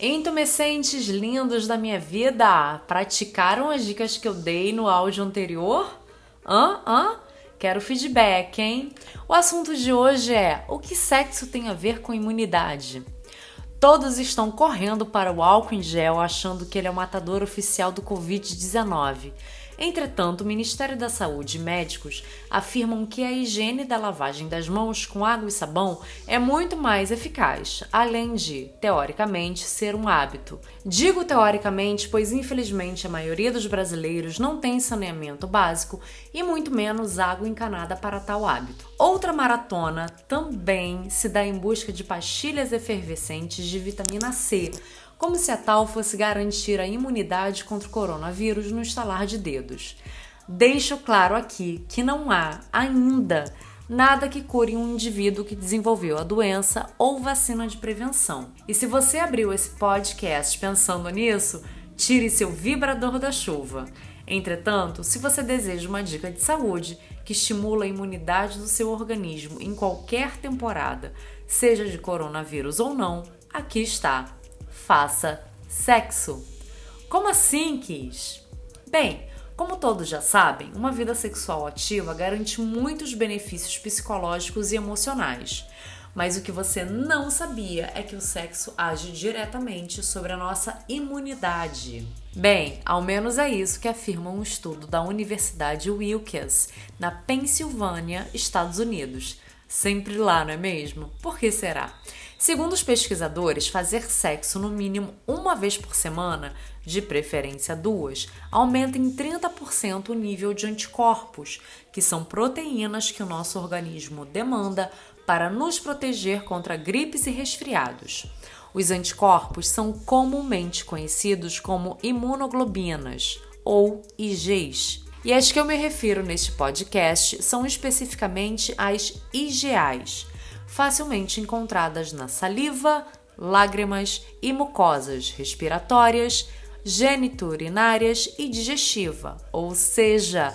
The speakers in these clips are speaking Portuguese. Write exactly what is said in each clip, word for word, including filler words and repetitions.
Entumescentes lindos da minha vida, praticaram as dicas que eu dei no áudio anterior? Hã? Hã? Quero feedback, hein? O assunto de hoje é: o que sexo tem a ver com imunidade? Todos estão correndo para o álcool em gel achando que ele é o matador oficial do covid dezenove. Entretanto, o Ministério da Saúde e médicos afirmam que a higiene da lavagem das mãos com água e sabão é muito mais eficaz, além de, teoricamente, ser um hábito. Digo teoricamente, pois infelizmente a maioria dos brasileiros não tem saneamento básico e muito menos água encanada para tal hábito. Outra maratona também se dá em busca de pastilhas efervescentes de vitamina C, como se a tal fosse garantir a imunidade contra o coronavírus no estalar de dedos. Deixo claro aqui que não há, ainda, nada que cure um indivíduo que desenvolveu a doença ou vacina de prevenção. E se você abriu esse podcast pensando nisso, tire seu vibrador da chuva. Entretanto, se você deseja uma dica de saúde que estimula a imunidade do seu organismo em qualquer temporada, seja de coronavírus ou não, aqui está. Faça sexo. Como assim, Kiss? Bem, como todos já sabem, uma vida sexual ativa garante muitos benefícios psicológicos e emocionais. Mas o que você não sabia é que o sexo age diretamente sobre a nossa imunidade. Bem, ao menos é isso que afirma um estudo da Universidade Wilkes, na Pensilvânia, Estados Unidos. Sempre lá, não é mesmo? Por que será? Segundo os pesquisadores, fazer sexo no mínimo uma vez por semana, de preferência duas, aumenta em trinta por cento o nível de anticorpos, que são proteínas que o nosso organismo demanda para nos proteger contra gripes e resfriados. Os anticorpos são comumente conhecidos como imunoglobinas, ou I Gs. E as que eu me refiro neste podcast são especificamente as I G As, facilmente encontradas na saliva, lágrimas e mucosas respiratórias, geniturinárias e digestiva, ou seja,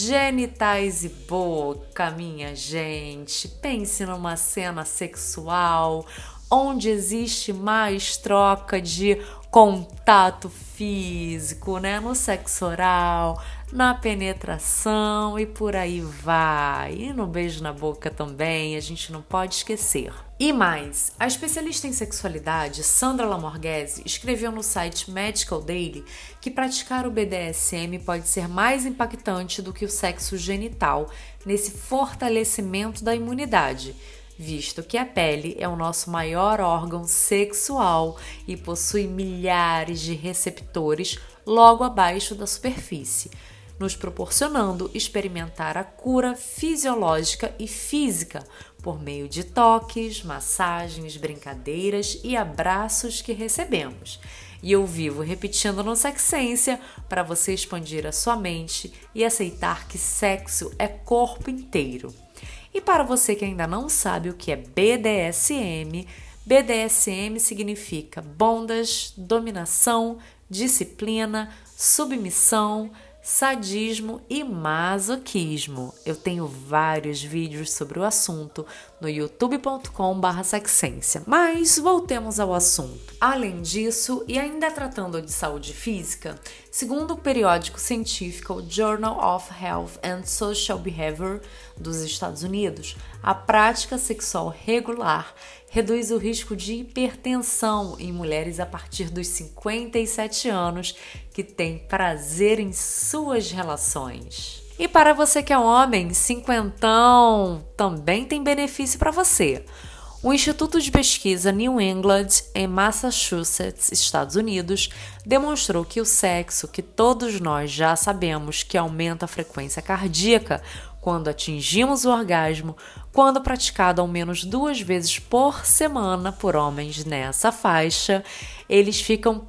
genitais e boca, minha gente. Pense numa cena sexual onde existe mais troca de contato físico, né? No sexo oral, na penetração e por aí vai. E no beijo na boca também, a gente não pode esquecer. E mais, a especialista em sexualidade Sandra Lamorghese escreveu no site Medical Daily que praticar o B D S M pode ser mais impactante do que o sexo genital nesse fortalecimento da imunidade, visto que a pele é o nosso maior órgão sexual e possui milhares de receptores logo abaixo da superfície, nos proporcionando experimentar a cura fisiológica e física por meio de toques, massagens, brincadeiras e abraços que recebemos. E eu vivo repetindo no Sexência para você expandir a sua mente e aceitar que sexo é corpo inteiro. E para você que ainda não sabe o que é B D S M, B D S M significa bondage, dominação, disciplina, submissão, sadismo e masoquismo. Eu tenho vários vídeos sobre o assunto no youtube ponto com barra sexência. Mas voltemos ao assunto. Além disso, e ainda tratando de saúde física, segundo o periódico científico Journal of Health and Social Behavior dos Estados Unidos, a prática sexual regular reduz o risco de hipertensão em mulheres a partir dos cinquenta e sete anos que têm prazer em suas relações. E para você que é homem, cinquentão também tem benefício para você. O Instituto de Pesquisa New England, em Massachusetts, Estados Unidos, demonstrou que o sexo, que todos nós já sabemos que aumenta a frequência cardíaca quando atingimos o orgasmo, quando praticado ao menos duas vezes por semana por homens nessa faixa, eles ficam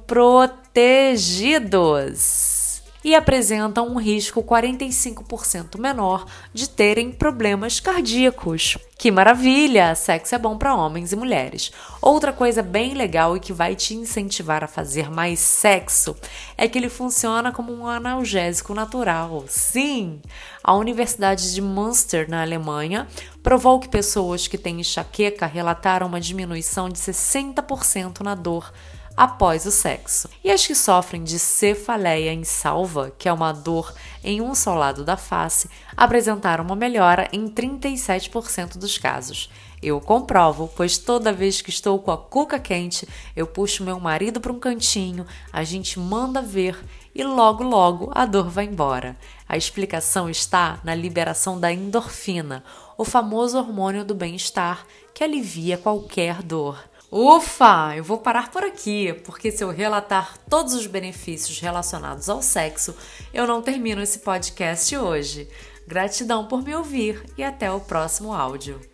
protegidos e apresentam um risco quarenta e cinco por cento menor de terem problemas cardíacos. Que maravilha! Sexo é bom para homens e mulheres. Outra coisa bem legal e que vai te incentivar a fazer mais sexo é que ele funciona como um analgésico natural. Sim! A Universidade de Münster, na Alemanha, provou que pessoas que têm enxaqueca relataram uma diminuição de sessenta por cento na dor após o sexo. E as que sofrem de cefaleia insalva, que é uma dor em um só lado da face, apresentaram uma melhora em trinta e sete por cento dos casos. Eu comprovo, pois toda vez que estou com a cuca quente, eu puxo meu marido para um cantinho, a gente manda ver e logo logo a dor vai embora. A explicação está na liberação da endorfina, o famoso hormônio do bem-estar que alivia qualquer dor. Ufa! Eu vou parar por aqui, porque se eu relatar todos os benefícios relacionados ao sexo, eu não termino esse podcast hoje. Gratidão por me ouvir e até o próximo áudio.